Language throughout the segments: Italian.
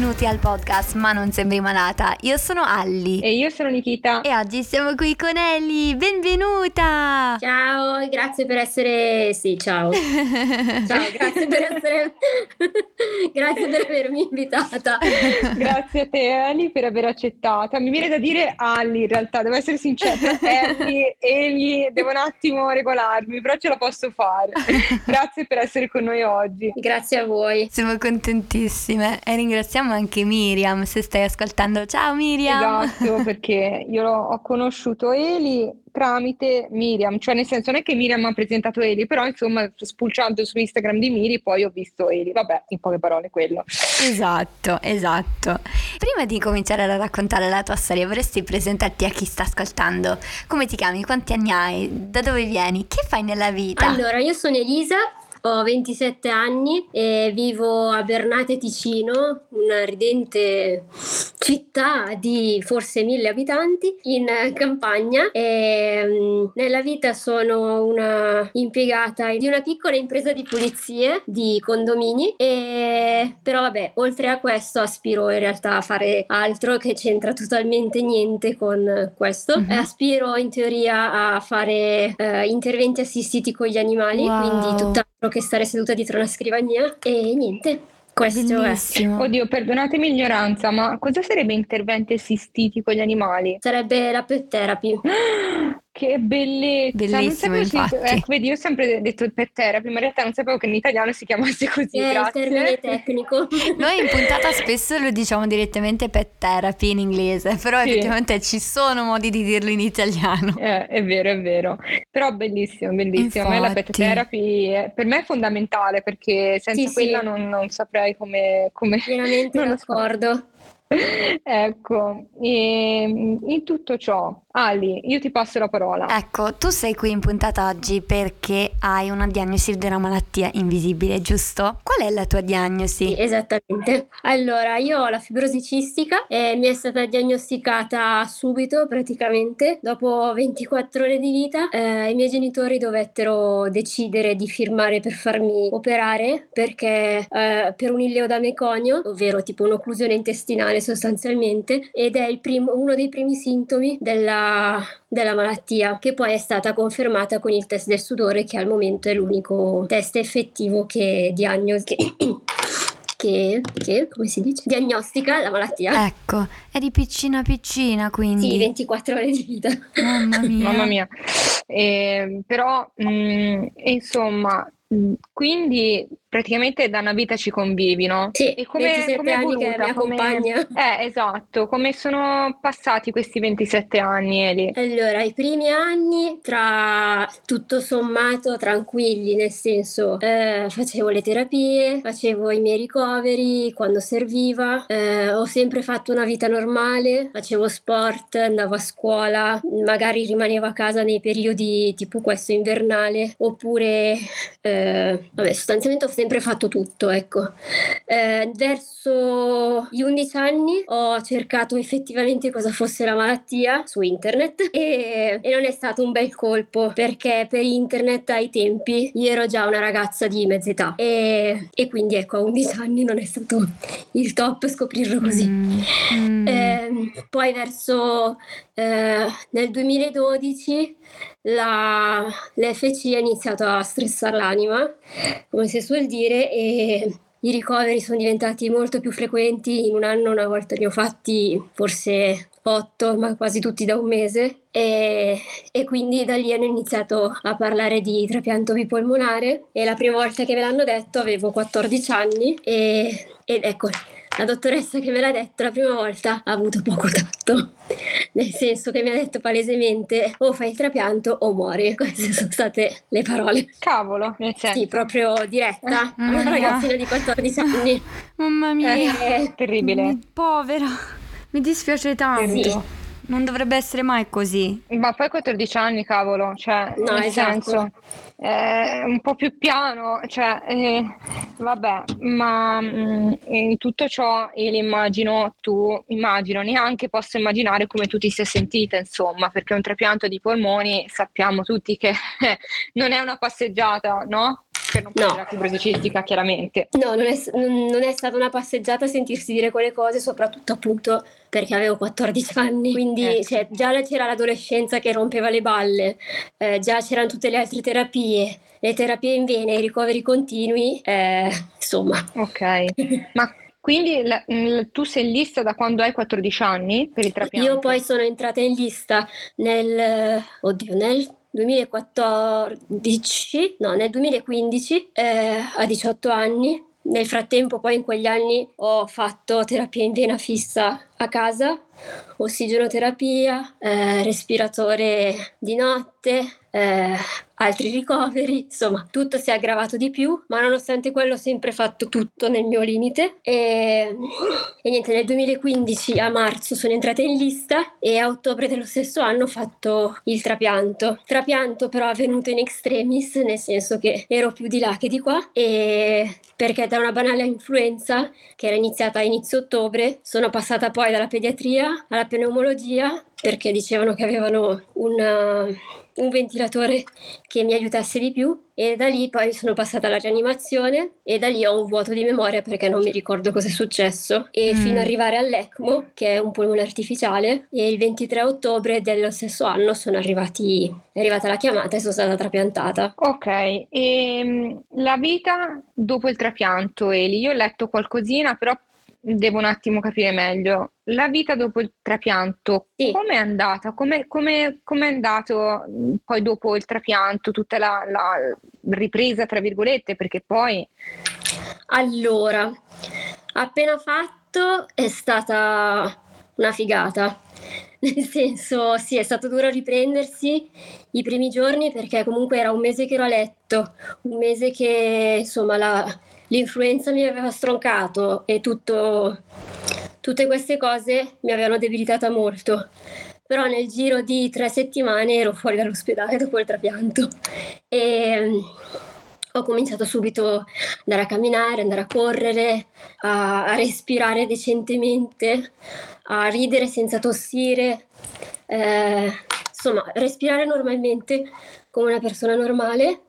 benvenuti al podcast Ma non sembri malata. Io sono Alli. E io sono Nikita. E oggi siamo qui con Eli. Benvenuta! Ciao, grazie per essere... Sì, ciao. Ciao, grazie per essere... Grazie per avermi invitata. Grazie a te, Eli, per aver accettata. Mi viene da dire Alli, in realtà, devo essere sincera. Eli, devo un attimo regolarmi, però ce la posso fare. Grazie per essere con noi oggi. Grazie a voi. Siamo contentissime e ringraziamo anche Miriam, se stai ascoltando. Ciao Miriam! Esatto, perché io ho conosciuto Eli tramite Miriam, cioè nel senso non è che Miriam mi ha presentato Eli, però insomma spulciando su Instagram di Miri poi ho visto Eli, vabbè, in poche parole quello. Esatto. Prima di cominciare a raccontare la tua storia, vorresti presentarti a chi sta ascoltando? Come ti chiami? Quanti anni hai? Da dove vieni? Che fai nella vita? Allora, io sono Elisa. Ho 27 anni e vivo a Bernate Ticino, una ridente città di forse 1000 abitanti in campagna e nella vita sono una impiegata di una piccola impresa di pulizie di condomini però vabbè, oltre a questo aspiro in realtà a fare altro che c'entra totalmente niente con questo. Aspiro in teoria a fare interventi assistiti con gli animali, quindi tutt'altro che stare seduta dietro una scrivania e niente, questo Bellissimo. Oddio, perdonatemi l'ignoranza, ma cosa sarebbe interventi assistiti con gli animali? sarebbe la pet therapy. Che bellezza! Bellissimo, non sapevo infatti. ecco, vedi, io ho sempre detto pet therapy, ma in realtà non sapevo che in italiano si chiamasse così, È il grazie. termine tecnico. Noi in puntata spesso lo diciamo direttamente pet therapy in inglese, però Sì. effettivamente ci sono modi di dirlo in italiano. È vero. Però bellissimo. A me la pet Infatti. therapy per me è fondamentale perché senza Sì, quella sì. non saprei come... Pienamente non lo so. d'accordo. Ecco, in tutto ciò, Ali, io ti passo la parola. Ecco, tu sei qui in puntata oggi perché hai una diagnosi di una malattia invisibile, giusto? Qual è la tua diagnosi? Sì, esattamente. Allora, io ho la fibrosi cistica e mi è stata diagnosticata subito, praticamente, dopo 24 ore di vita. I miei genitori dovettero decidere di firmare per farmi operare perché per un ileodame conio, ovvero tipo un'occlusione intestinale sostanzialmente, ed è uno dei primi sintomi della malattia, che poi è stata confermata con il test del sudore, che al momento è l'unico test effettivo che come si dice? Diagnostica la malattia. Ecco, è di piccina quindi. Sì, 24 ore di vita. Mamma mia. Però insomma, quindi praticamente da una vita ci convivi, no? Sì, E come 27 è anni che evoluta? mi accompagna. Esatto, come sono passati questi 27 anni, Eli? Allora, i primi anni tra tutto sommato tranquilli, nel senso facevo le terapie, facevo i miei ricoveri quando serviva, ho sempre fatto una vita normale, facevo sport, andavo a scuola, magari rimanevo a casa nei periodi tipo questo invernale, oppure sostanzialmente ho sempre fatto tutto, ecco. Verso gli 11 anni ho cercato effettivamente cosa fosse la malattia su internet e non è stato un bel colpo, perché per internet ai tempi io ero già una ragazza di mezza età e quindi ecco, a 11 anni non è stato il top scoprirlo così. Poi verso nel 2012 l'FC ha iniziato a stressare l'anima, come si suol dire, e i ricoveri sono diventati molto più frequenti. In un anno una volta ne ho fatti forse 8, ma quasi tutti da un mese, e quindi da lì hanno iniziato a parlare di trapianto bipolmonare e la prima volta che me l'hanno detto avevo 14 anni ed ecco, la dottoressa che me l'ha detto la prima volta ha avuto poco tatto, nel senso che mi ha detto palesemente: o fai il trapianto o muori. Queste sono state le parole. Cavolo, nel senso. Sì, proprio diretta a una ragazzina di 14 anni. Mamma mia, Terribile. povera, mi dispiace tanto. Sì. Non dovrebbe essere mai così. Ma poi 14 anni, cavolo, cioè, No, nel esatto. senso, un po' più piano, cioè, vabbè, ma in tutto ciò io immagino, neanche posso immaginare come tu ti sia sentita, insomma, perché un trapianto di polmoni sappiamo tutti che non è una passeggiata, no? per non prendere No. la fibrosi cistica, chiaramente. No, non è stata una passeggiata sentirsi dire quelle cose, soprattutto appunto perché avevo 14 anni, quindi cioè, già c'era l'adolescenza che rompeva le balle, già c'erano tutte le altre terapie, le terapie in vena, i ricoveri continui, insomma. Ok, ma quindi tu sei in lista da quando hai 14 anni per il trapianto? Io poi sono entrata in lista nel 2014, no, nel 2015, a 18 anni. Nel frattempo, poi in quegli anni ho fatto terapia in vena fissa a casa, ossigenoterapia, respiratore di notte, altri ricoveri, insomma, tutto si è aggravato di più, ma nonostante quello ho sempre fatto tutto nel mio limite e niente, nel 2015 a marzo sono entrata in lista e a ottobre dello stesso anno ho fatto il trapianto però avvenuto in extremis, nel senso che ero più di là che di qua, e perché da una banale influenza che era iniziata a inizio ottobre sono passata poi dalla pediatria alla pneumologia perché dicevano che avevano un ventilatore che mi aiutasse di più, e da lì poi sono passata alla rianimazione e da lì ho un vuoto di memoria perché non mi ricordo cosa è successo, e fino ad arrivare all'ECMO, che è un polmone artificiale, e il 23 ottobre dello stesso anno è arrivata la chiamata e sono stata trapiantata. Ok, la vita dopo il trapianto, Eli, io ho letto qualcosina, però devo un attimo capire meglio. La vita dopo il trapianto, Sì. com'è andata? Com'è andato poi dopo il trapianto, tutta la ripresa, tra virgolette, perché poi... Allora, appena fatto è stata una figata. Nel senso, sì, è stato duro riprendersi i primi giorni perché comunque era un mese che ero a letto, un mese che insomma l'influenza mi aveva stroncato e tutte queste cose mi avevano debilitata molto. Però nel giro di 3 settimane ero fuori dall'ospedale dopo il trapianto e ho cominciato subito ad andare a camminare, andare a correre, a respirare decentemente, a ridere senza tossire, insomma, respirare normalmente come una persona normale,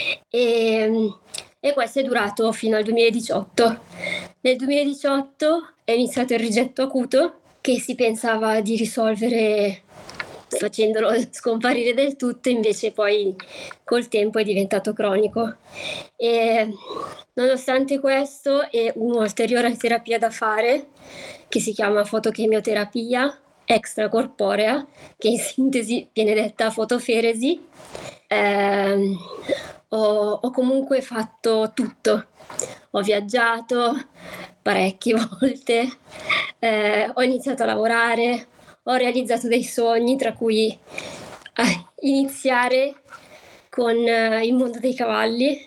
e questo è durato fino al 2018. Nel 2018 è iniziato il rigetto acuto che si pensava di risolvere facendolo scomparire del tutto, invece poi col tempo è diventato cronico. E nonostante questo è un'ulteriore terapia da fare che si chiama fotochemioterapia extracorporea, che in sintesi viene detta fotoferesi. Ho comunque fatto tutto, ho viaggiato parecchie volte, ho iniziato a lavorare, ho realizzato dei sogni, tra cui iniziare con il mondo dei cavalli.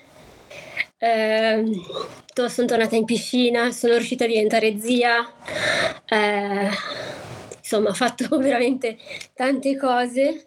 Sono tornata in piscina, sono riuscita a diventare zia, insomma ho fatto veramente tante cose,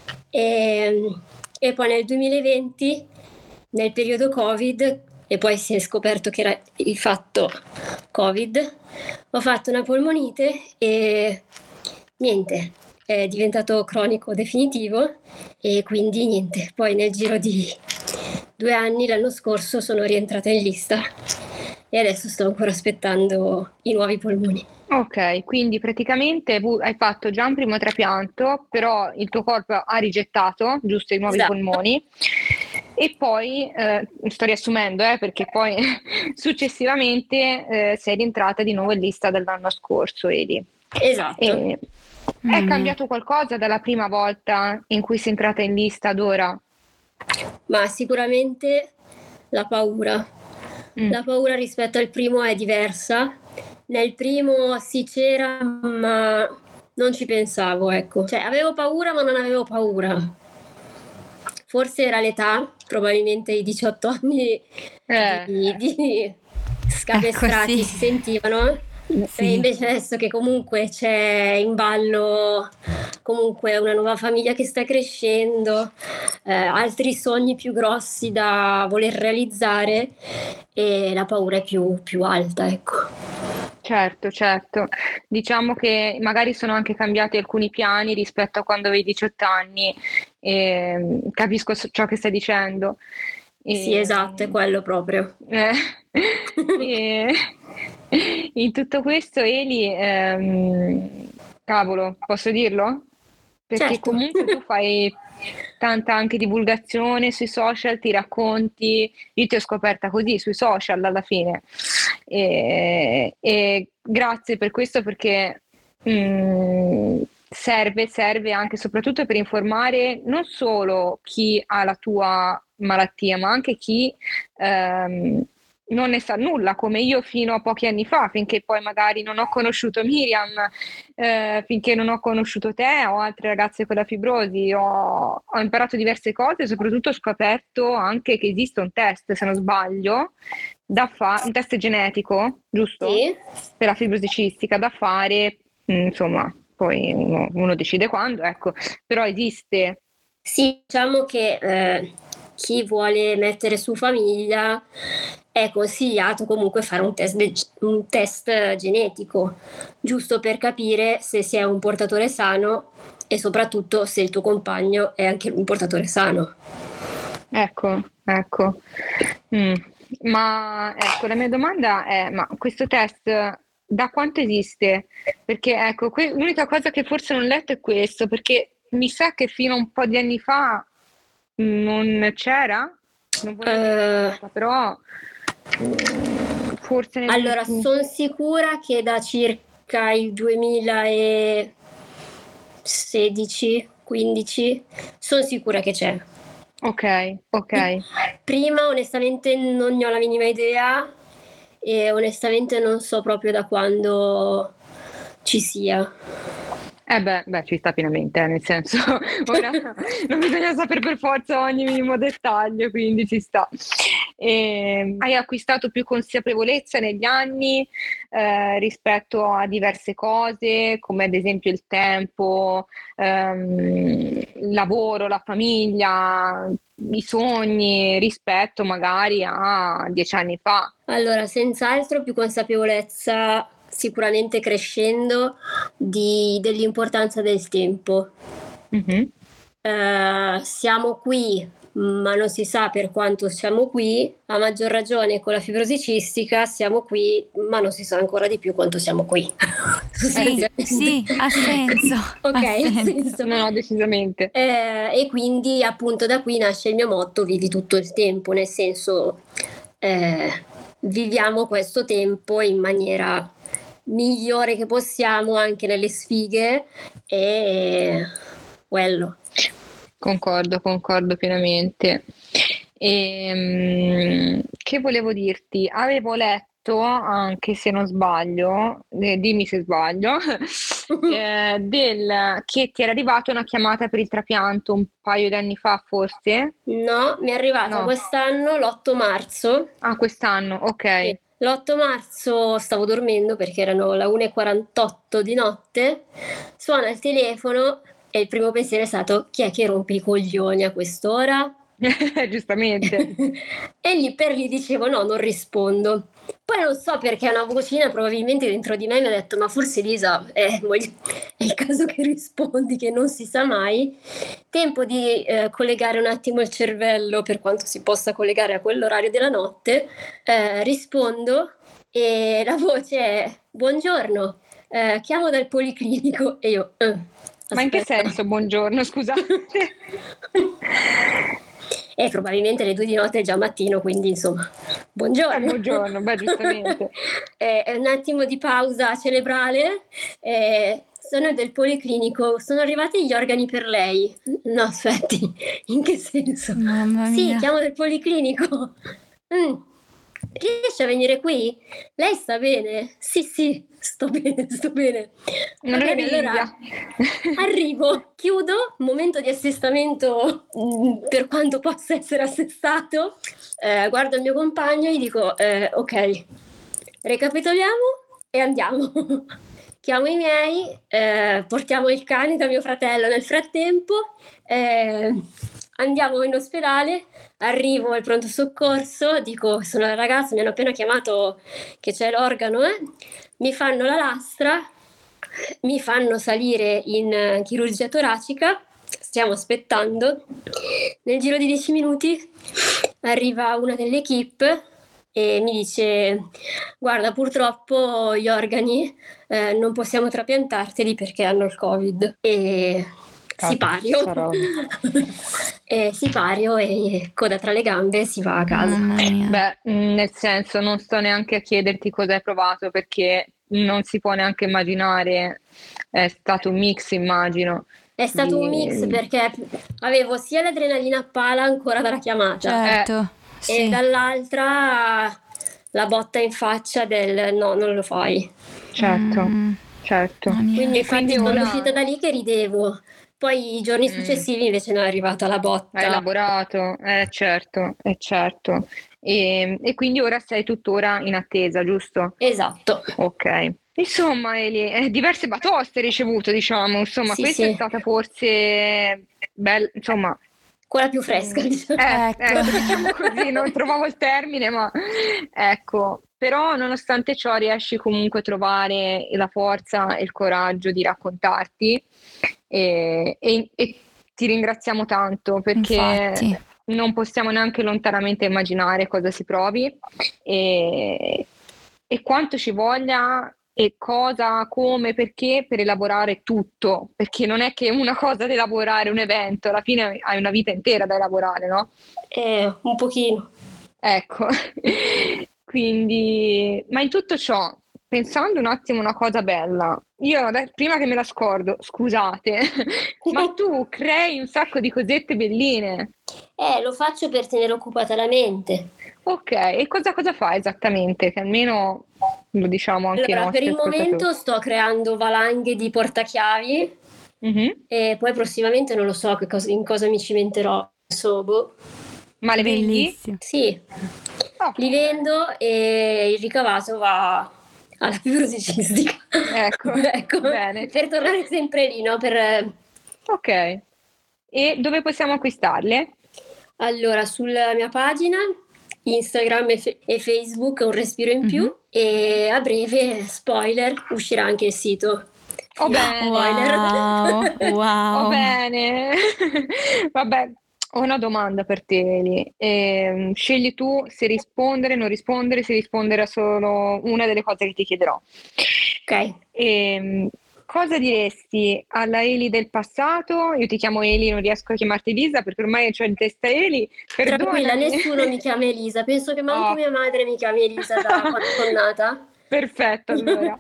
e poi nel 2020, nel periodo Covid, e poi si è scoperto che era il fatto Covid, ho fatto una polmonite e niente, è diventato cronico definitivo e quindi niente, poi nel giro di 2 anni, l'anno scorso, sono rientrata in lista e adesso sto ancora aspettando i nuovi polmoni. Ok, quindi praticamente hai fatto già un primo trapianto, però il tuo corpo ha rigettato, giusto, i nuovi Esatto. polmoni, e poi, sto riassumendo, perché poi successivamente sei rientrata di nuovo in lista dell'anno scorso, Eli. Esatto. È cambiato qualcosa dalla prima volta in cui sei entrata in lista ad ora? Ma sicuramente la paura. La paura rispetto al primo è diversa. Nel primo sì c'era, ma non ci pensavo, ecco. Cioè avevo paura, ma non avevo paura. Forse era l'età, probabilmente i 18 anni di scapestrati sì. si sentivano. Sì. E invece adesso che comunque c'è in ballo comunque una nuova famiglia che sta crescendo, altri sogni più grossi da voler realizzare, e la paura è più alta, ecco. Certo, certo. Diciamo che magari sono anche cambiati alcuni piani rispetto a quando avevi 18 anni, capisco ciò che stai dicendo. Sì, esatto, è quello proprio. Eh, e in tutto questo, Eli, cavolo, posso dirlo? Perché Certo. comunque tu fai tanta anche divulgazione sui social, ti racconti, io ti ho scoperta così sui social alla fine. E grazie per questo perché serve anche e soprattutto per informare non solo chi ha la tua malattia, ma anche chi non ne sa nulla, come io fino a pochi anni fa, finché poi magari non ho conosciuto Miriam, finché non ho conosciuto te o altre ragazze con la fibrosi, ho imparato diverse cose e soprattutto ho scoperto anche che esiste un test, se non sbaglio, un test genetico, giusto? Sì. Per la fibrosi cistica da fare, insomma, poi uno decide quando, ecco, però esiste. Sì, diciamo che chi vuole mettere su famiglia è consigliato comunque fare un test genetico, giusto per capire se si è un portatore sano e soprattutto se il tuo compagno è anche un portatore sano. Ecco, ecco. Mm. Ma ecco, la mia domanda è, ma questo test da quanto esiste? Perché ecco, l'unica cosa che forse non ho letto è questo, perché mi sa che fino a un po' di anni fa non c'era, non voglio dire Eh, cosa, però forse negli allora, ultimi... sono sicura che da circa il 2016-15, sono sicura che c'è. Ok, ok. Prima onestamente non ne ho la minima idea e onestamente non so proprio da quando ci sia. Beh, ci sta pienamente, nel senso, ora non bisogna sapere per forza ogni minimo dettaglio, quindi ci sta. Hai acquistato più consapevolezza negli anni rispetto a diverse cose, come ad esempio il tempo, il lavoro, la famiglia, i sogni, rispetto magari a 10 anni fa. Allora, senz'altro più consapevolezza sicuramente crescendo dell'importanza del tempo. Mhm. Siamo qui, ma non si sa per quanto siamo qui, a maggior ragione con la fibrosi cistica siamo qui, ma non si sa ancora di più quanto siamo qui. Sì, sì, ha senso. Ok, Ha ha senso. senso. No, decisamente. E quindi appunto da qui nasce il mio motto, vivi tutto il tempo, nel senso viviamo questo tempo in maniera migliore che possiamo anche nelle sfighe e quello. Concordo pienamente. Che volevo dirti? Avevo letto, anche se non sbaglio, dimmi se sbaglio, che ti era arrivata una chiamata per il trapianto un paio di anni fa, forse? No, mi è arrivata No. quest'anno l'8 marzo. Ah, quest'anno, Sì. ok. L'8 marzo stavo dormendo perché erano le 1:48 di notte, suona il telefono e il primo pensiero è stato: chi è che rompe i coglioni a quest'ora? Giustamente. E lì per lì dicevo no, non rispondo. Poi non so perché una vocina probabilmente dentro di me mi ha detto ma forse Lisa è il caso che rispondi, che non si sa mai. Tempo di collegare un attimo il cervello per quanto si possa collegare a quell'orario della notte. Rispondo e la voce è buongiorno, chiamo dal policlinico e io Ma in che aspetta. senso, buongiorno, scusate? E probabilmente le 2 di notte è già mattino, quindi insomma, buongiorno. Buongiorno, beh, giustamente. Un attimo di pausa cerebrale. Sono del policlinico, sono arrivati gli organi per lei. No, aspetti, in che senso? Mamma Sì, mia. chiamo del policlinico. Riesce a venire qui? Lei sta bene? Sì, sto bene. Va Non bene, eri allora Livia. arrivo, chiudo, momento di assestamento per quanto possa essere assestato. Guardo il mio compagno e gli dico: ok, recapitoliamo e andiamo. Chiamo i miei, portiamo il cane da mio fratello nel frattempo, andiamo in ospedale, arrivo al pronto soccorso, dico sono la ragazza, mi hanno appena chiamato che c'è l'organo, mi fanno la lastra, mi fanno salire in chirurgia toracica stiamo aspettando. Nel giro di 10 minuti arriva una dell'equipe e mi dice: guarda, purtroppo gli organi non possiamo trapiantarteli perché hanno il Covid. E sipario. E sipario e coda tra le gambe, si va a casa. Beh, nel senso, non sto neanche a chiederti cosa hai provato, perché non si può neanche immaginare. È stato un mix, immagino. È stato un mix perché avevo sia l'adrenalina a pala ancora dalla chiamata, Certo, e sì. dall'altra la botta in faccia del no, non lo fai. Certo. Mamma mia. Quindi E infatti quindi sono ora uscita da lì che ridevo. Poi i giorni successivi invece non è arrivata la botta. hai elaborato, certo. E quindi ora sei tuttora in attesa, giusto? Esatto. Ok. Insomma, Eli, diverse batoste hai ricevuto, diciamo. Insomma, Sì, questa sì. è stata forse bella, insomma. Quella più fresca, diciamo. Ecco. Diciamo così, non trovavo il termine, ma ecco. Però nonostante ciò riesci comunque a trovare la forza e il coraggio di raccontarti e ti ringraziamo tanto, perché Infatti. non possiamo neanche lontanamente immaginare cosa si provi e quanto ci voglia e cosa, come, perché per elaborare tutto, perché non è che una cosa da elaborare un evento, alla fine hai una vita intera da elaborare, no? Un pochino. Ecco, quindi, ma in tutto ciò, pensando un attimo una cosa bella, io prima che me la scordo, scusate, ma tu crei un sacco di cosette belline. Lo faccio per tenere occupata la mente. Ok, e cosa fai esattamente? Che almeno lo diciamo anche ai Allora, per nostri il ascoltatori. momento sto creando valanghe di portachiavi Mhm. e poi prossimamente non lo so in cosa mi cimenterò. Ma le vendi? Bellissimo. Sì, Oh. li vendo e il ricavato va alla fibrosicistica. Ecco, bene. Per tornare sempre lì, no? Ok. E dove possiamo acquistarle? Allora, sulla mia pagina Instagram e Facebook Un respiro in più, e a breve, spoiler, uscirà anche il sito. Oh bene. Wow. Oh bene. Vabbè, ho una domanda per te, Eli. Scegli tu se rispondere, non rispondere, se rispondere a solo una delle cose che ti chiederò. Ok. Cosa diresti alla Eli del passato? Io ti chiamo Eli, non riesco a chiamarti Lisa perché ormai c'ho in testa Eli. Tranquilla, Perdonami. nessuno mi chiama Elisa, penso che manco Oh. mia madre mi chiami Elisa da quando sono nata. Perfetto, allora.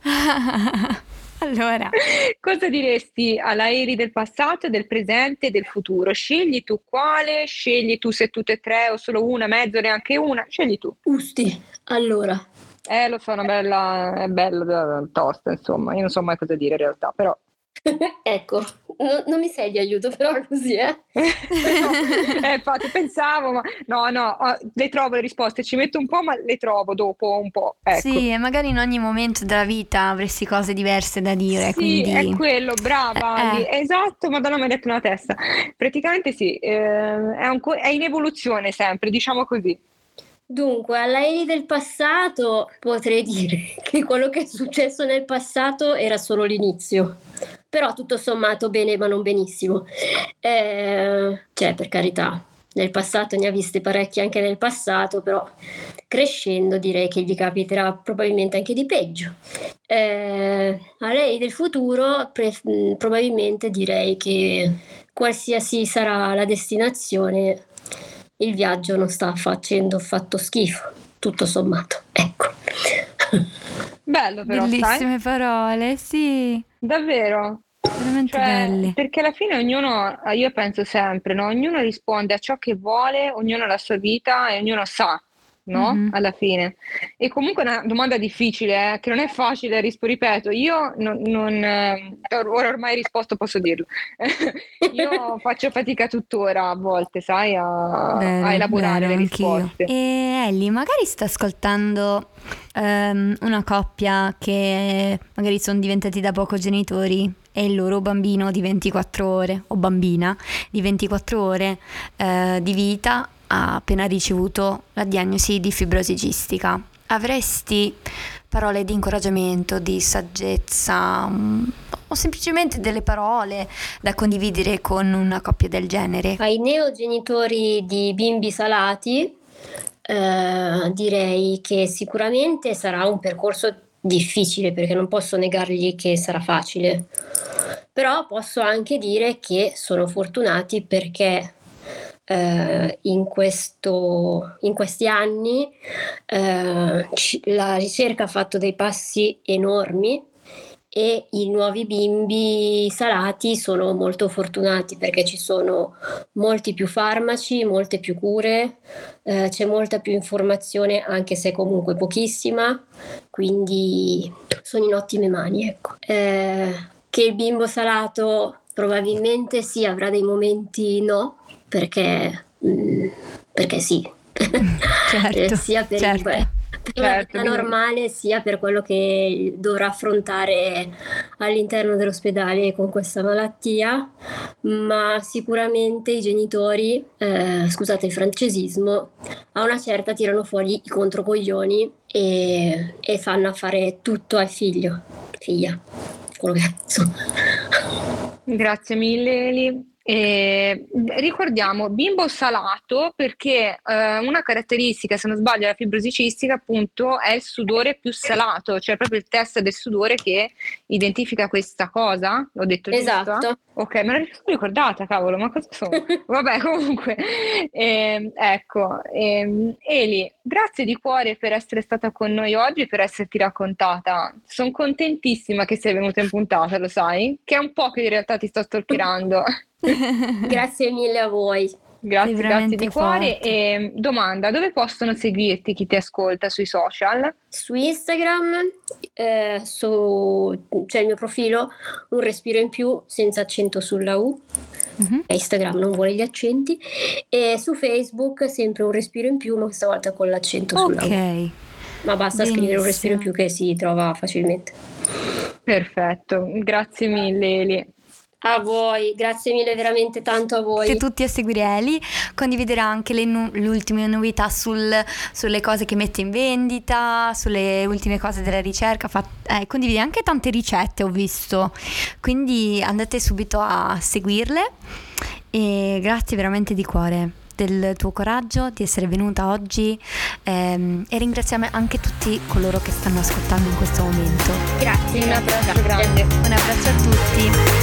Allora, Cosa diresti alla Eli del passato, del presente e del futuro? Scegli tu quale, scegli tu se tutte e tre o solo una, mezzo, neanche una, scegli tu. Usti, allora. Lo so, è bella tosta, insomma, io non so mai cosa dire in realtà, però. Ecco, non mi sei di aiuto però così, Infatti pensavo, ma no, le trovo le risposte, ci metto un po', ma le trovo dopo un po', ecco. sì, e magari in ogni momento della vita avresti cose diverse da dire, Sì, quindi... è quello, brava Ali. Esatto, Madonna mi ha detto una testa. Praticamente sì, è in evoluzione sempre, diciamo così. Dunque, alla Eli del passato potrei dire che quello che è successo nel passato era solo l'inizio, però tutto sommato bene ma non benissimo. Cioè, per carità, nel passato ne ha viste parecchie anche nel passato, però crescendo direi che gli capiterà probabilmente anche di peggio. A lei del futuro probabilmente direi che qualsiasi sarà la destinazione, il viaggio non sta facendo affatto schifo, tutto sommato, ecco. Bello però, Bellissime sai? parole, sì, Davvero. veramente Cioè, belli. perché alla fine ognuno, io penso sempre, no? Ognuno risponde a ciò che vuole, ognuno ha la sua vita e ognuno sa, no? Alla fine. E comunque è una domanda difficile, che non è facile, ripeto, io ora ormai risposto, posso dirlo. Io faccio fatica tuttora a volte, sai, a elaborare le anch'io. risposte. E Ellie, magari sta ascoltando una coppia che magari sono diventati da poco genitori e il loro bambino di 24 ore o bambina di 24 ore di vita ha appena ricevuto la diagnosi di fibrosi cistica. Avresti parole di incoraggiamento, di saggezza o semplicemente delle parole da condividere con una coppia del genere? Ai neogenitori di bimbi salati direi che sicuramente sarà un percorso difficile, perché non posso negargli che sarà facile, però posso anche dire che sono fortunati perché in questi anni la ricerca ha fatto dei passi enormi e i nuovi bimbi salati sono molto fortunati perché ci sono molti più farmaci, molte più cure, c'è molta più informazione anche se comunque pochissima, quindi sono in ottime mani, ecco. Che il bimbo salato probabilmente sì, avrà dei momenti no, perché sì. Certo, sia per certo. la vita normale sia per quello che dovrà affrontare all'interno dell'ospedale con questa malattia, ma sicuramente i genitori, scusate il francesismo, a una certa tirano fuori i controcoglioni e fanno fare tutto al figlia, quello che insomma. Grazie mille Eli. Ricordiamo bimbo salato perché una caratteristica, se non sbaglio, della fibrosi cistica appunto è il sudore più salato, cioè proprio il test del sudore che identifica questa cosa. L'ho detto Esatto. giusto? Ok, me l'ho ricordata, cavolo, ma cosa sono? Vabbè, comunque, ecco, Eli, grazie di cuore per essere stata con noi oggi e per esserti raccontata. Sono contentissima che sei venuta in puntata, lo sai? Che è un po' che in realtà ti sto stalkerando. Grazie mille a voi. Grazie di cuore. Forte. E domanda, dove possono seguirti chi ti ascolta sui social? Su Instagram c'è il mio profilo Un respiro in più senza accento sulla U. Instagram non vuole gli accenti, e su Facebook sempre Un respiro in più ma questa volta con l'accento sulla U. Ma basta scrivere Un respiro in più che si trova facilmente. Perfetto, grazie mille Eli. A voi, grazie mille veramente tanto a voi. Che tutti a seguire Eli, condividerà anche le ultime novità sulle cose che mette in vendita, sulle ultime cose della ricerca, condivide anche tante ricette ho visto, quindi andate subito a seguirle e grazie veramente di cuore del tuo coraggio, di essere venuta oggi e ringraziamo anche tutti coloro che stanno ascoltando in questo momento. Grazie, Un abbraccio grande. Un abbraccio a tutti.